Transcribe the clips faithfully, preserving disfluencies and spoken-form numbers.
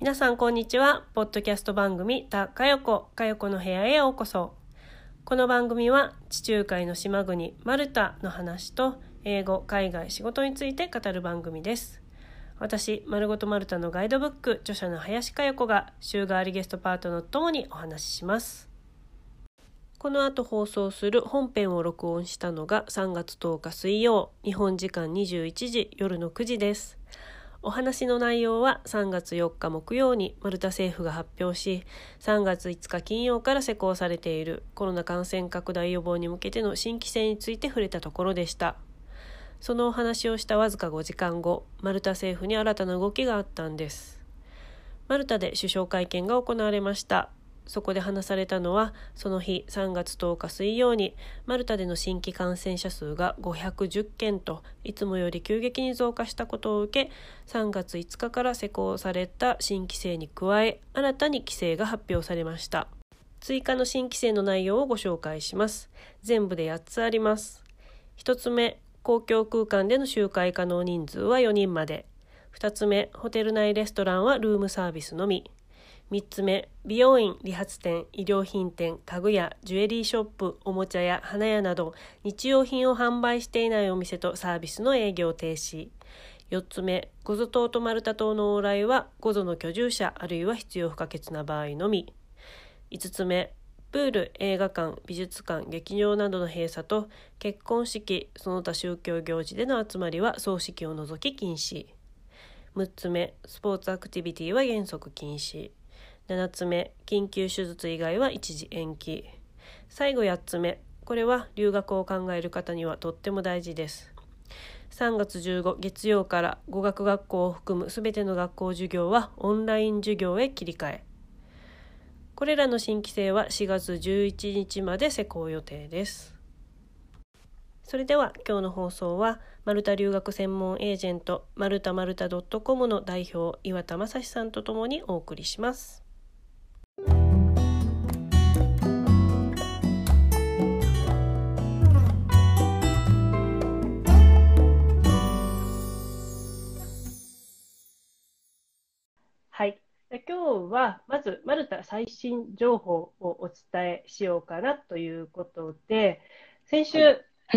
皆さんこんにちは。ポッドキャスト番組たかよこかよこの部屋へようこそ。この番組は地中海の島国マルタの話と英語、海外、仕事について語る番組です。私、まるごとマルタのガイドブック著者の林かよこが週替わりゲストパートナーともにお話しします。この後放送する本編を録音したのがさんがつとおか水曜、日本時間にじゅういちじ、夜のくじです。お話の内容はさんがつよっか木曜にマルタ政府が発表し、さんがついつか金曜から施行されているコロナ感染拡大予防に向けての新規制について触れたところでした。そのお話をしたわずかごじかんご、マルタ政府に新たな動きがあったんです。マルタで首相会見が行われました。そこで話されたのは、その日さんがつとおか水曜にマルタでの新規感染者数がごひゃくじゅっけんといつもより急激に増加したことを受け、さんがついつかから施行された新規制に加え、新たに規制が発表されました。追加の新規制の内容をご紹介します。全部でやっつあります。ひとつめ、公共空間での集会可能人数はよにんまで。ふたつめ、ホテル内レストランはルームサービスのみ。みっつめ、美容院、理髪店、衣料品店、家具屋、ジュエリーショップ、おもちゃ屋、花屋など日用品を販売していないお店とサービスの営業停止。よっつめ、ゴゾ島とマルタ島の往来はゴゾの居住者あるいは必要不可欠な場合のみ。いつつめ、プール、映画館、美術館、劇場などの閉鎖と結婚式、その他宗教行事での集まりは葬式を除き禁止。むっつめ、スポーツアクティビティは原則禁止。ななつめ、緊急手術以外は一時延期。最後やっつめ、これは留学を考える方にはとっても大事です。さんがつじゅうご月曜から語学学校を含むすべての学校授業はオンライン授業へ切り替え。これらの新規制はしがつじゅういちにちまで施行予定です。それでは今日の放送はマルタ留学専門エージェントマルタマルタ .com の代表岩田正史さんとともにお送りします。はい、今日はまずマルタ最新情報をお伝えしようかなということで、先週、はい、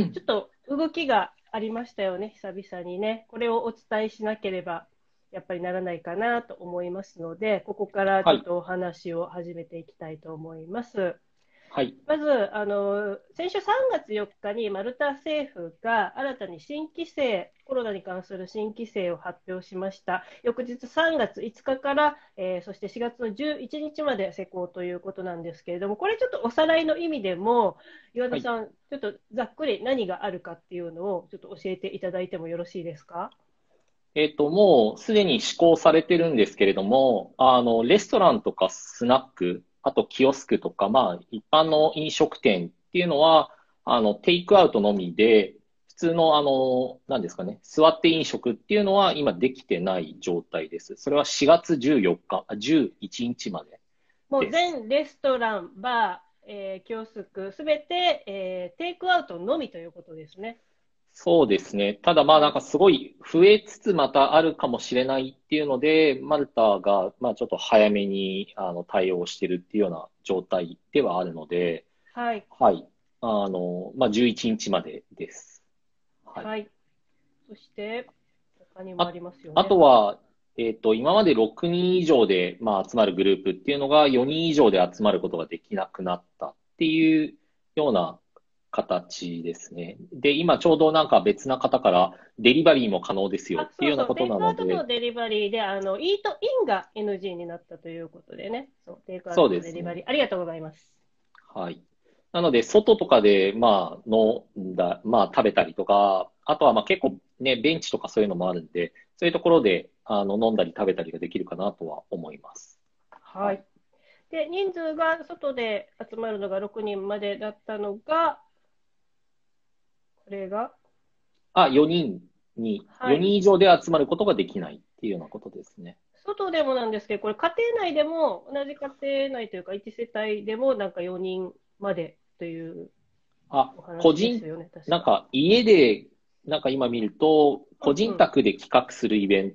ちょっと動きがありましたよね、久々にね。これをお伝えしなければやっぱりならないかなと思いますので、ここからちょっとお話を始めていきたいと思います。はい、まずあの先週さんがつよっかにマルタ政府が新たに新規制、コロナに関する新規制を発表しました。翌日さんがついつかから、えー、そしてしがつのじゅういちにちまで施行ということなんですけれども、これちょっとおさらいの意味でも岩田さん、はい、ちょっとざっくり何があるかっていうのをちょっと教えていただいてもよろしいですか？ えっと、もうすでに施行されてるんですけれども、あの、レストランとかスナック、あとキオスクとか、まあ、一般の飲食店っていうのは、あの、テイクアウトのみで、普通の、あの、何ですかね、座って飲食っていうのは今できてない状態です。それはしがつじゅうよっか、じゅういちにちまでです。 もう全レストラン、バー、えー、キオスク、すべて、えー、テイクアウトのみということですね。 そうですね。ただまあなんかすごい増えつつまたあるかもしれないっていうので、マルタがまあちょっと早めにあの対応してるっていうような状態ではあるので、 はい。 はい。あの、まあじゅういちにちまでです。 はい。はい、そして、他にもあ、 ありますよね。 あとは、えっと、今までろくにん以上で、まあ、集まるグループっていうのがよにん以上で集まることができなくなったっていうような形ですね。で、今ちょうどなんか別な方からデリバリーも可能ですよっていうようなことなので。 テイクアウトとデリバリーで、あの、イートインが エヌジー になったということでね。そう、テイクアウトとデリバリー。ありがとうございます。 はい。なので、外とかで、まあ、飲んだ、まあ、食べたりとか、あとはまあ結構ね、ベンチとかそういうのもあるんで、そういうところで、あの、飲んだり食べたりができるかなとは思います。 はい。で、人数が外で集まるのがろくにんまでだったのが、これがあ、よにんに、はい、よにん以上で集まることができないっていうようなことですね。 外でもなんですけど、これ家庭内でも、同じ家庭内というか、いちせたいでも、なんかよにんまでというお話ですよね。 あ、個人、なんか家で、なんか今見ると、個人宅で企画するイベント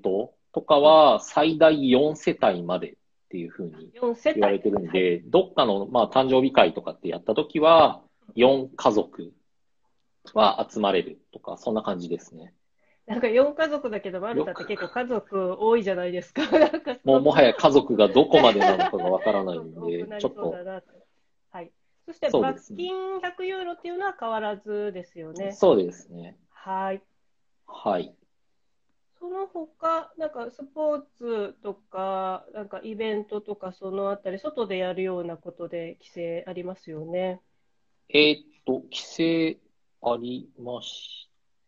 とかは最大よん世帯までっていうふうによん世帯。 言われてるんはい。 で、どっかの、まあ、誕生日会とかってやったときは、よん家族は集まれるとか、そんな感じですね。 なんかよん家族だけど、マルよく、 タって結構家族多いじゃないですか。なんかもうもはや家族がどこまでなのかがわからないそうんで、 多くなりちょっと、 そうだなと。はい。そして罰そうですね。 金ひゃくユーロっていうのは変わらずですよね。 そうですね。 はい。 はい。 その他、なんかスポーツとか、なんかイベントとか、そのあたり、外でやるようなことで規制ありますよね。 えーっと、規制ありました。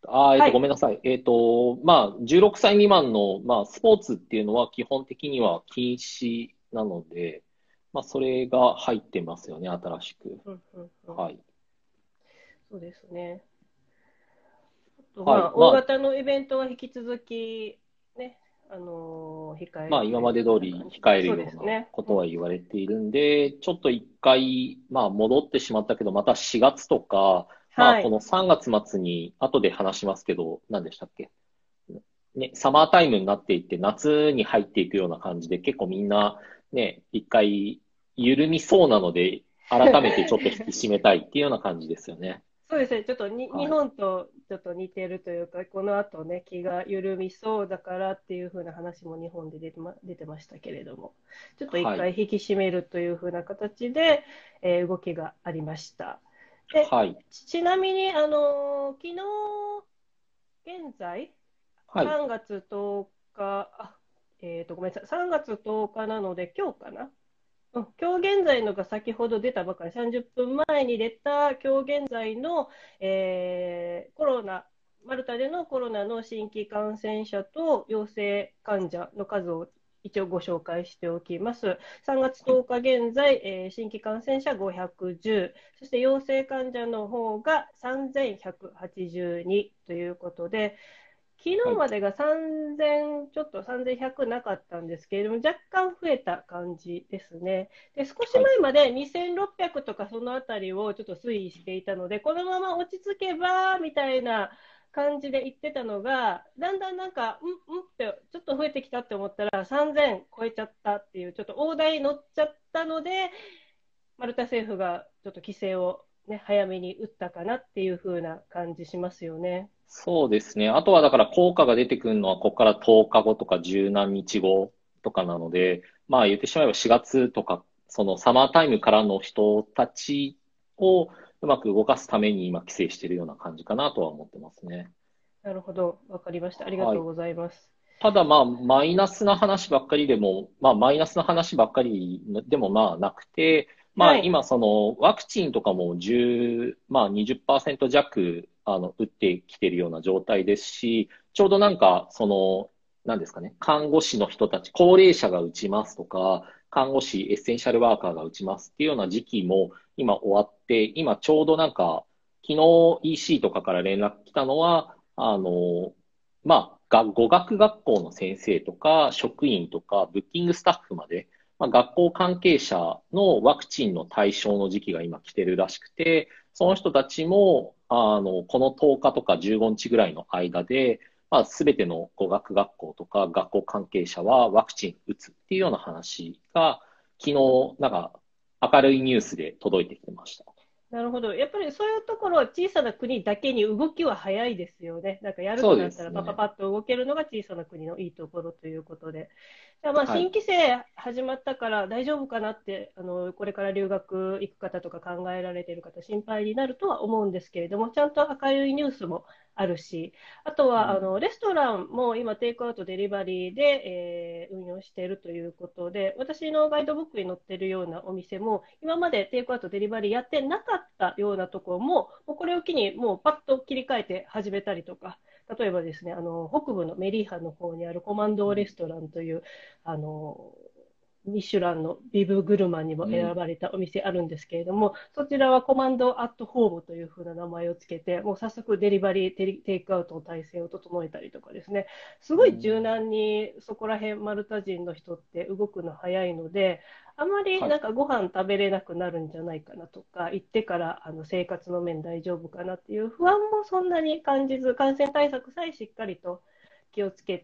あー、えーっと、ごはい。 めんなさい。えーっと、まあ、じゅうろくさい未満の、まあ、スポーツっていうのは基本的には禁止なので、まあ、それが入ってますよね、新しく。 うんうんうん。 はい。 そうですね。あと、まはい。 あ、大まあ、 型のイベントは引き続き、ね、あのー控えまあ、 るというふう今まで通な感じで。 り控えるそうようなですね。うん。 ことは言われているんで、ちょっと一回、まあ、戻ってしまったけど、またしがつとか、まあ、 はい。 このさんがつ末に、後で話しますけど、何でしたっけ？ね、サマータイムになっていって、夏に入っていくような感じで、結構みんな、ね、一回緩みそうなので、改めてちょっと引き締めたいっていうような感じですよね。 そうですね、ちょっとに日はい。 本とちょっと似てるというか、この後ね、気が緩みそうだからっていう風な話も日本で出てま、出てましたけれども、ちょっと一はい。 回引き締めるという風な形で、えー動きがありました。で、 はい。 ちちなみに、あのー昨日現在、 はい。 さんがつとおか、あ、えっと、ごめんなさい、さんがつとおかなので、今日かな。うん、今日現在のが先ほど出たばかり、さんじゅっぷんまえに出た今日現在の、えーコロナ、マルタでのコロナの新規感染者と陽性患者の数を一応ご紹介しておきます。さんがつとおか現在、えー新規感染者ごひゃくじゅう、そして陽性患者の方がさんぜんひゃくはちじゅうにということで、昨日はい。 までがさんぜん、ちょっとさんぜんひゃくなかったんですけれども、若干増えた感じですね。で、少しはい。 前までにせんろっぴゃくとかそのあたりをちょっと推移していたので、このまま落ち着けば、みたいな感じで言ってたのが、だんだんなんか、うんうんってちょっと増えてきたって思ったら、さんぜん超えちゃったっていう、ちょっと大台に乗っちゃったので、マルタ政府がちょっと規制を、ね、早めに打ったかなっていう風な感じしますよね。 そうですね。あとはだから効果が出てくるのは、ここからとおかごとかじゅう何日後とかなので、まあ言ってしまえばしがつとか、そのサマータイムからの人たちをうまく動かすために今規制しているような感じかなとは思ってますね。 なるほど。わかりました。ありがはい。 とうございます。 ただまあ、マイナスな話ばっかりでも、まあ、マイナスな話ばっかりでもまあなくて、まあはい。 今そのワクチンとかもじゅう、まあにじゅっパーセント弱、あの、打ってきてるような状態ですし、ちょうどなんか、その、なんですかね、看護師の人たち、高齢者が打ちますとか、看護師、エッセンシャルワーカーが打ちますっていうような時期も今終わって、今ちょうどなんか、昨日 イーシー とかから連絡来たのは、あの、まあ、が語学学校の先生とか、職員とか、ブッキングスタッフまで、まあ、学校関係者のワクチンの対象の時期が今来てるらしくて、その人たちも、あの、このとおかとかじゅうごにちぐらいの間で、まあ、すべての語学学校とか学校関係者はワクチン打つっていうような話が、昨日、なんか、明るいニュースで届いてきてました。 なるほど。やっぱりそういうところは小さな国だけに動きは早いですよね。なんかやるとそうでなったらパパすね。 パッと動けるのが小さな国のいいところということで。じゃあまあはい。 新規制始まったから大丈夫かなって、あの、これから留学行く方とか考えられている方心配になるとは思うんですけれども、ちゃんと明るいニュースもあるし、あとはあうん、 のレストランも今テイクアウトデリバリーで、えー運用しているということで、私のガイドブックに載っているようなお店も今までテイクアウトデリバリーやってなかったようなところも、もうこれを機にもうパッと切り替えて始めたりとか、例えばですね、あの北部のメリーハの方にあるコマンドレストランというあのミシュランのビブグルマンにもうん、 選ばれたお店あるんですけれども、そちらはコマンドアットホームというふうな名前をつけて、もう早速デリバリー、テテイクアウトの体制を整えたりとかですね、すごい柔うん。 軟にそこら辺マルタ人の人って動くの早いので、あまりはい。 なんかご飯食べれなくなるんじゃないかなとか、行ってからあの生活の面大丈夫かなっていう不安もそんなに感じず、感染対策さえしっかりと気をつけて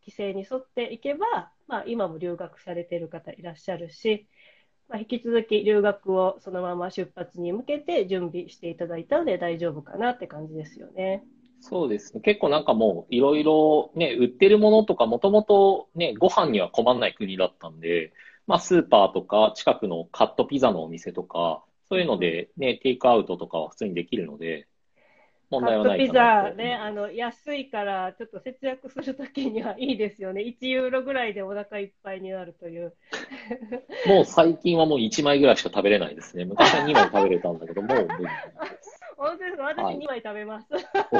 規制に沿っていけば、まあ、今も留学されている方いらっしゃるし、まあ、引き続き留学をそのまま出発に向けて準備していただいたので大丈夫かなって感じですよね。 そうですね。結構なんかもういろいろね、売ってるものとかもともとね、ご飯には困んない国だったんで、まあスーパーとか近くのカットピザのお店とか、そういうのでね、テイクアウトとかは普通にできるので、問題はないカットピかなとザね、 思います。 あの、安いからちょっと節約するときにはいいですよね。いちユーロぐらいでお腹いっぱいになるという。 もう最近はもういちまいぐらいしか食べれないですね。昔はにまい食べれたんだけど、もう無理です。 本当ですか？私はい。 にまい食べます。 お、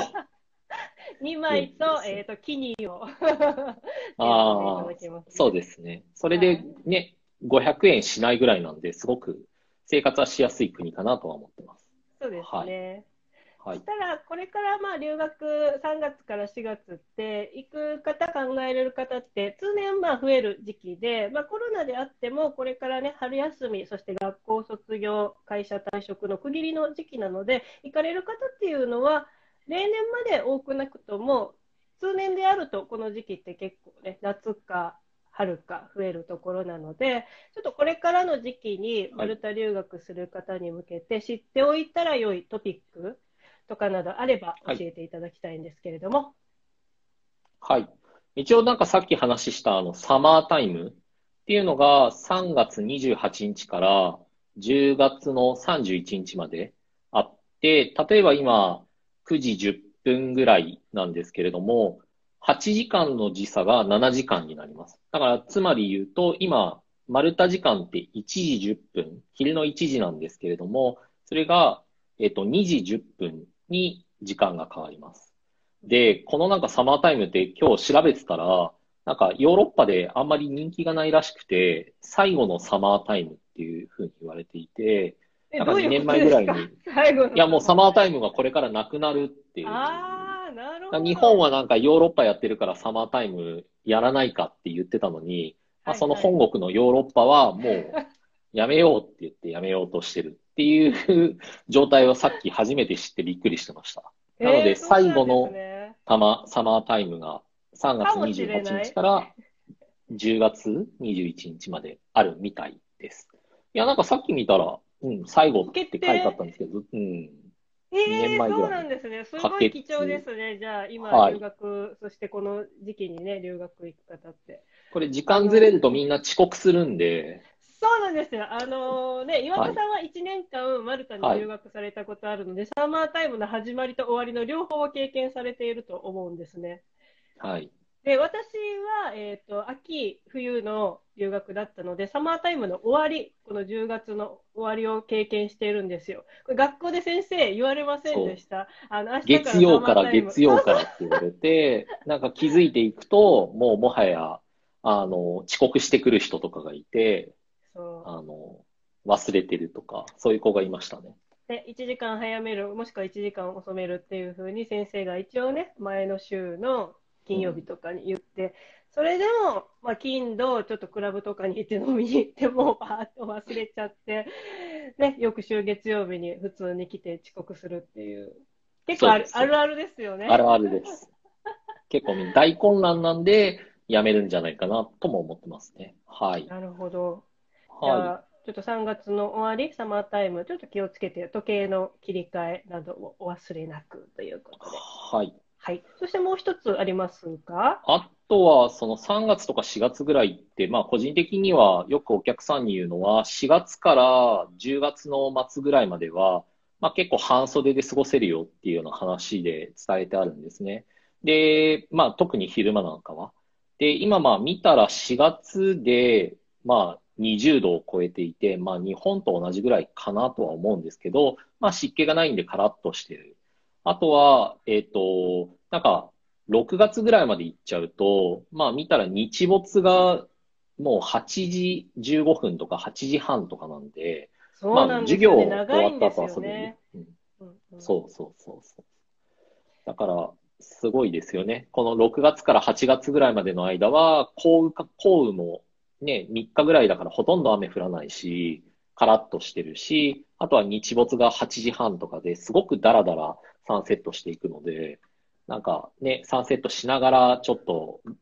2 いい枚と、 ですね。 えっと、キニを選んでいたああ、 だけますそうね。 ですね。それではい。 ね、ごひゃくえんしないぐらいなんで、すごく生活はしやすい国かなとは思ってます。 そうですはい。 ね。そはい。 したら、これからまあ留学さんがつからしがつって行く方、考えれる方って通年まあ増える時期で、まあ、コロナであってもこれからね春休み、そして学校卒業、会社退職の区切りの時期なので、行かれる方っていうのは例年まで多くなくとも通年であるとこの時期って結構ね夏か春か増えるところなので、ちょっとこれからの時期にはい。 マルタ留学する方に向けて知っておいたら良いトピックとかなどあればはい。 教えていただきたいんですけれども。 はい。一応なんかさっき話したあのサマータイムっていうのがさんがつにじゅうはちにちからじゅうがつのさんじゅういちにちまであって、例えば今くじじゅっぷんぐらいなんですけれども、はちじかんの時差がななじかんになります。だからつまり言うと今、マルタ時間っていちじじゅっぷん、昼のいちじなんですけれども、それが、えっと、にじじゅっぷんに時間が変わります。で、このなんかサマータイムって今日調べてたら、なんかヨーロッパであんまり人気がないらしくて、最後のサマータイムっていうふうに言われていて、 え、 なんかどういうこ 2 とですか？ 年前ぐらいに、い最後のやもうサマーサマータイム。 タイムがこれからなくなるっていう。 あー、なるほ日本はど。 なんかヨーロッパやってるからサマータイムやらないかって言ってたのに、まあ、そのはいはい。 本国のヨーロッパはもうやめようって言ってやめようとしてるっていう状態をさっき初めて知ってびっくりしてました。なのでえー、そうなんです最後のね。 たま、サマータイムが3月かもし 28 れない。 日からじゅうがつにじゅういちにちまであるみたいです。いや、なんかさっき見たら、うん、最後決って書いてあっ定。 たんですけど、うん、2 えー、そうな年前ぐらいにんですね。す可ごい貴重で決。 すね。じゃあ、今、留はい。 学、そしてこの時期にね、留学行く方って。 これ時間ずれあの、 るとみんな遅刻するんで、 そうなんですよ。あのね、岩はい。 田さんはいちねんかんマルタにはい。 留学されたことあるので、サマータイムの始まりと終わりの両方を経験されていると思うんですね。 はい。 で、私は、えっと、秋、冬の留学だったので、サマータイムの終わり、このじゅうがつの終わりを経験しているんですよ。これ学校で先生言われませんでそう。 した？あの、明日からサ月曜からマータイム。 月曜からそうそう。 って言われて、なんか気づいていくと、もうもはや、あの、遅刻してくる人とかがいて、 そうあの、忘れてるとか、そういう子がいましたね。 で、いちじかん早める、もしくはいちじかん遅めるっていう風に先生が一応ね、前の週の金曜日うん。 とかに言って、それでも、まあ、金、土、ちょっとクラブとかに行って飲みに行っても、バーッと忘れちゃって、ね、よく週月曜日に普通に来て遅刻するっていう、結構そうです、 あるあそうです。 るあるですよね。 あるあるです。結構みんな大混乱なんで、やめるんじゃないかなとも思ってますね。はい。 なるほど。じはい。 ゃあ、ちょっとさんがつの終わり、サマータイム、ちょっと気をつけて、時計の切り替えなどをお忘れなくということで。 はい。 はい。そしてもう一つありますか？ あとは、そのさんがつとかしがつぐらいって、まあ個人的にはよくお客さんに言うのは、しがつからじゅうがつの末ぐらいまでは、まあ結構半袖で過ごせるよっていうような話で伝えてあるんですね。で、まあ特に昼間なんかは。で、今まあ見たらしがつで、まあにじゅうどを超えていて、まあ日本と同じぐらいかなとは思うんですけど、まあ湿気がないんでカラッとしてる。あとは、えっと、なんか、ろくがつぐらいまで行っちゃうと、まあ見たら日没がもうはちじじゅうごふんとかはちじはんとかなんで、 そうまあ授業なんですよね。長いんです終わった後よね。 遊べる。うん、 うんうん、 そうそうそうそう。だから、すごいですよね。このろくがつからはちがつぐらいまでの間は、降雨か、降雨もね、みっかぐらいだからほとんど雨降らないし、カラッとしてるし、あとは日没がはちじはんとかですごくダラダラサンセットしていくので、なんかね、サンセットしながらちょっと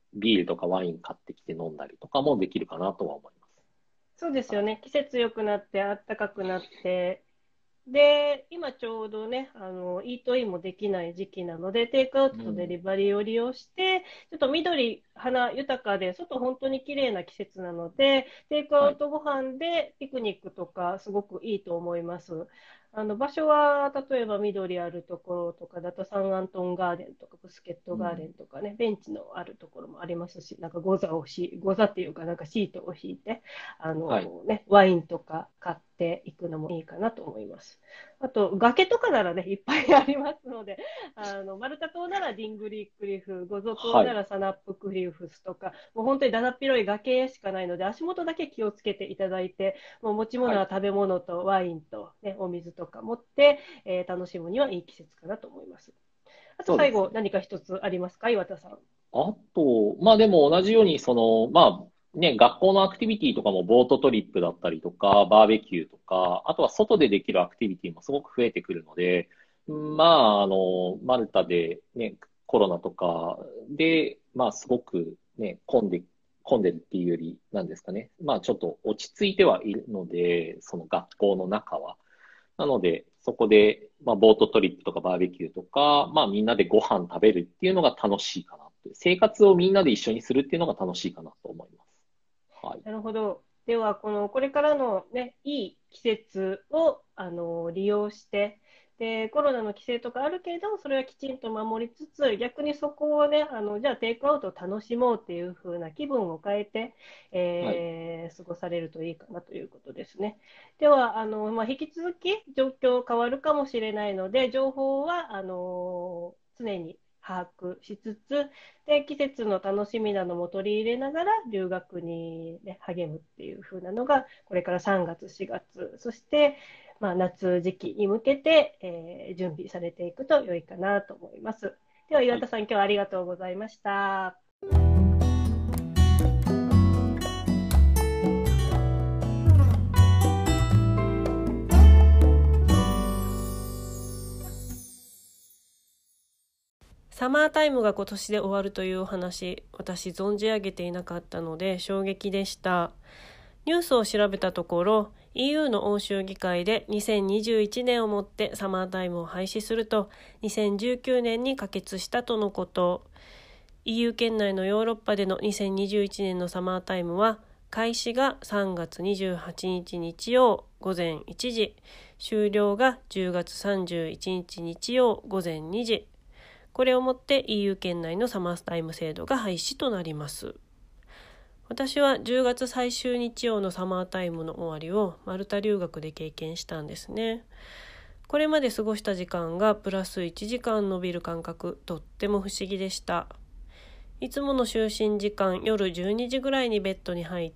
ビールとかワイン買ってきて飲んだりとかもできるかなとは思います。 そうですよね。季節良くなって、暖かくなって、で、今ちょうどね、あの、イートインもできない時期なので、テイクアウトとデリバリーを利用して、ちょっと緑、花豊かで、外本当に綺麗な季節なので、テイクアウトご飯でピクニックとかすごくいいと思います。あの場所は、例えば緑あるところとかだと、サンアントンガーデンとか、ブスケットガーデンとかね、ベンチのあるところもありますし、なんかゴザをし、ゴザっていうか、なんかシートを敷いて、あはい。 のね、ワインとか買っていくのもいいかなと思います。あと、崖とかならね、いっぱいありますので、あの、マルタ島ならディングリークリフ、ゴゾ島はい。 ならサナップクリフスとか、もう本当にだだっ広い崖しかないので、足元だけ気をつけていただいて、もう持ちはい。 物は食べ物とワインと、ね、お水とか持って、えー楽しむにはいい季節かなと思います。あと最後、 そうですね。 何か一つありますか、岩田さん。 あと、まあでも同じように、その、まあね、学校のアクティビティとかもボートトリップだったりとか、バーベキューとか、あとは外でできるアクティビティもすごく増えてくるので、まあ、あの、マルタでね、コロナとかで、まあすごくね、混んで、混んでるっていうより、なんですかね。まあちょっと落ち着いてはいるので、その学校の中は。なので、そこで、まあ、ボートトリップとかバーベキューとか、まあ、みんなでご飯食べるっていうのが楽しいかなって。生活をみんなで一緒にするっていうのが楽しいかなと思います。はい。 なるほど。では、この、これからのね、いい季節を、あの、利用して、で、コロナの規制とかあるけれども、それはきちんと守りつつ、逆にそこをね、あの、じゃあテイクアウトを楽しもうっていう風な気分を変えて、 はい。 えー過ごされるといいかなということですね。では、あの、まあ、引き続き状況変わるかもしれないので、情報は、あの、常に把握しつつ、で、季節の楽しみなのも取り入れながら留学に、ね、励むっていう風なのが、これからさんがつ、しがつ、そして、まあ、夏時期に向けて、えー準備されていくと良いかなと思います。では、 はい。 岩田さん、今日はありがとうございました。サマータイムが今年で終わるというお話、私存じ上げていなかったので衝撃でした。ニュースを調べたところ、イーユー の欧州議会でにせんにじゅういちねんをもってサマータイムを廃止するとにせんじゅうきゅうねんに可決したとのこと。イーユー 圏内のヨーロッパでのにせんにじゅういちねんのサマータイムは、開始がさんがつにじゅうはちにち日曜午前いちじ、終了がじゅうがつさんじゅういちにち日曜午前にじ。これをもって イーユー 圏内のサマータイム制度が廃止となります。私はじゅうがつ最終日曜のサマータイムの終わりをマルタ留学で経験したんですね。これまで過ごした時間がプラスいちじかん伸びる感覚、とっても不思議でした。いつもの就寝時間、夜じゅうにじぐらいにベッドに入って、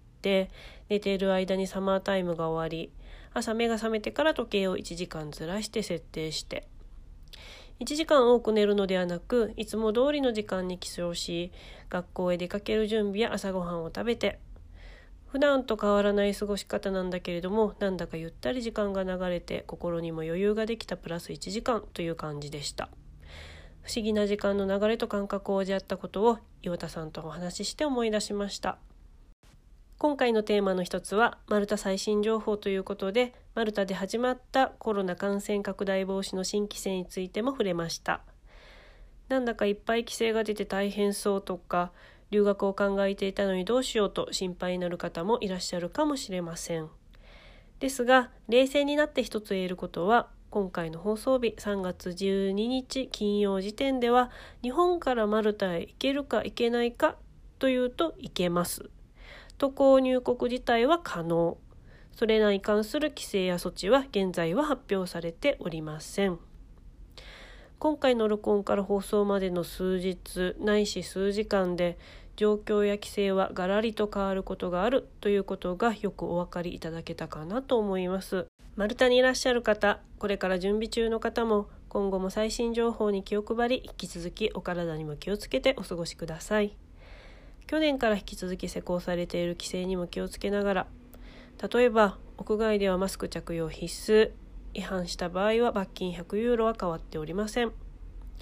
寝ている間にサマータイムが終わり、朝目が覚めてから時計をいちじかんずらして設定して、いちじかん多く寝るのではなく、いつも通りの時間に起床し、学校へ出かける準備や朝ごはんを食べて、普段と変わらない過ごし方なんだけれども、なんだかゆったり時間が流れて、心にも余裕ができたプラスいちじかんという感じでした。不思議な時間の流れと感覚を味わったことを岩田さんとお話しして思い出しました。今回のテーマの一つはマルタ最新情報ということで、マルタで始まったコロナ感染拡大防止の新規制についても触れました。なんだかいっぱい規制が出て大変そうとか、留学を考えていたのにどうしようと心配になる方もいらっしゃるかもしれません。ですが、冷静になって一つ言えることは、今回の放送日さんがつじゅうににち金曜時点では、日本からマルタへ行けるか行けないかというと行けます。渡航入国自体は可能。それらに関する規制や措置は現在は発表されておりません。今回の録音から放送までの数日ないし数時間で、状況や規制はガラリと変わることがあるということがよくお分かりいただけたかなと思います。マルタにいらっしゃる方、これから準備中の方も、今後も最新情報に気を配り、引き続きお体にも気をつけてお過ごしください。去年から引き続き施行されている規制にも気をつけながら、例えば屋外ではマスク着用必須、違反した場合は罰金ひゃくユーロは変わっておりません。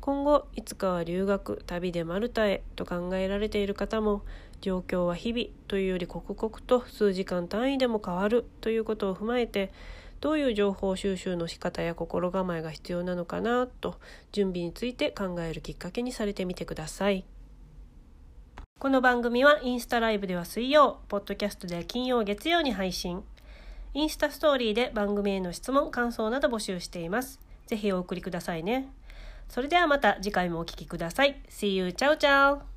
今後いつかは留学、旅でマルタへと考えられている方も、状況は日々というより刻々と数時間単位でも変わるということを踏まえて、どういう情報収集の仕方や心構えが必要なのかなと、準備について考えるきっかけにされてみてください。この番組はインスタライブでは水曜、ポッドキャストでは金曜月曜に配信。インスタストーリーで番組への質問、感想など募集しています。ぜひお送りくださいね。それではまた次回もお聞きください。See you! チャオチャオ